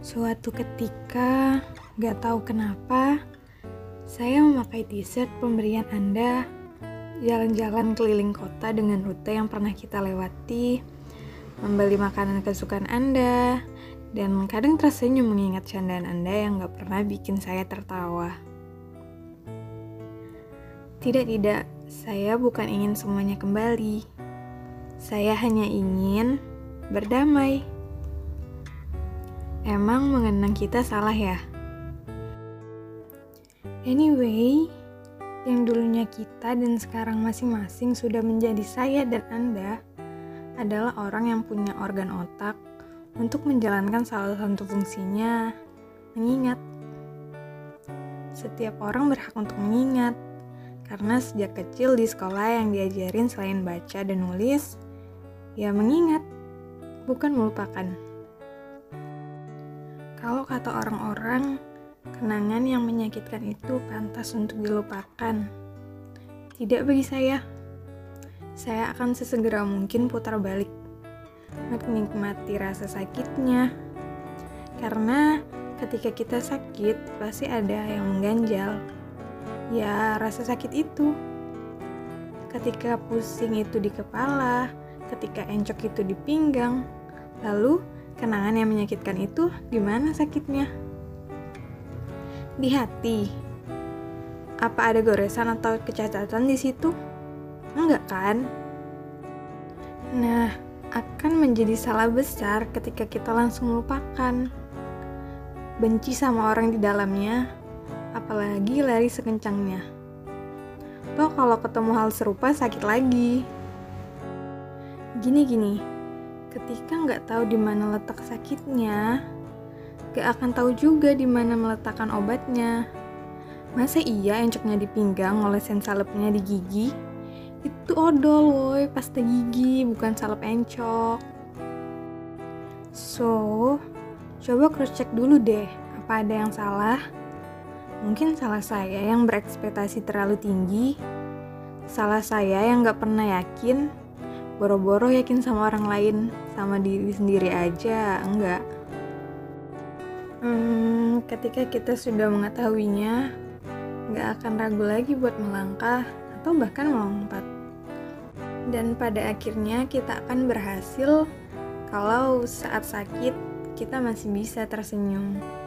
Suatu ketika, gak tahu kenapa, saya memakai t-shirt pemberian Anda, jalan-jalan keliling kota dengan rute yang pernah kita lewati, membeli makanan kesukaan Anda, dan kadang tersenyum mengingat candaan Anda yang gak pernah bikin saya tertawa. Tidak, saya bukan ingin semuanya kembali. Saya hanya ingin berdamai. Emang mengenang kita salah ya? Anyway, yang dulunya kita dan sekarang masing-masing sudah menjadi saya dan Anda adalah orang yang punya organ otak untuk menjalankan salah satu fungsinya, mengingat. Setiap orang berhak untuk mengingat, karena sejak kecil di sekolah yang diajarin selain baca dan nulis, ya mengingat, bukan melupakan. Kalau kata orang-orang, kenangan yang menyakitkan itu pantas untuk dilupakan. Tidak bagi saya. Saya akan sesegera mungkin putar balik, menikmati rasa sakitnya. Karena ketika kita sakit, pasti ada yang mengganjal. Ya, rasa sakit itu. Ketika pusing itu di kepala, ketika encok itu di pinggang, lalu kenangan yang menyakitkan itu di mana sakitnya? Di hati. Apa ada goresan atau kecacatan di situ? Enggak kan? Nah, akan menjadi salah besar ketika kita langsung melupakan. Benci sama orang di dalamnya, apalagi lari sekencangnya. Toh kalau ketemu hal serupa sakit lagi. Gini. Ketika nggak tahu di mana letak sakitnya, nggak akan tahu juga di mana meletakkan obatnya. Masa iya encoknya di pinggang, ngolesin salepnya di gigi? Itu odol woy, pasta gigi, bukan salep encok. So, coba cross check dulu deh, apa ada yang salah? Mungkin salah saya yang berekspektasi terlalu tinggi, salah saya yang nggak pernah yakin, boro-boro yakin sama orang lain, sama diri sendiri aja, enggak. Ketika kita sudah mengetahuinya, enggak akan ragu lagi buat melangkah atau bahkan melompat. Dan pada akhirnya kita akan berhasil kalau saat sakit kita masih bisa tersenyum.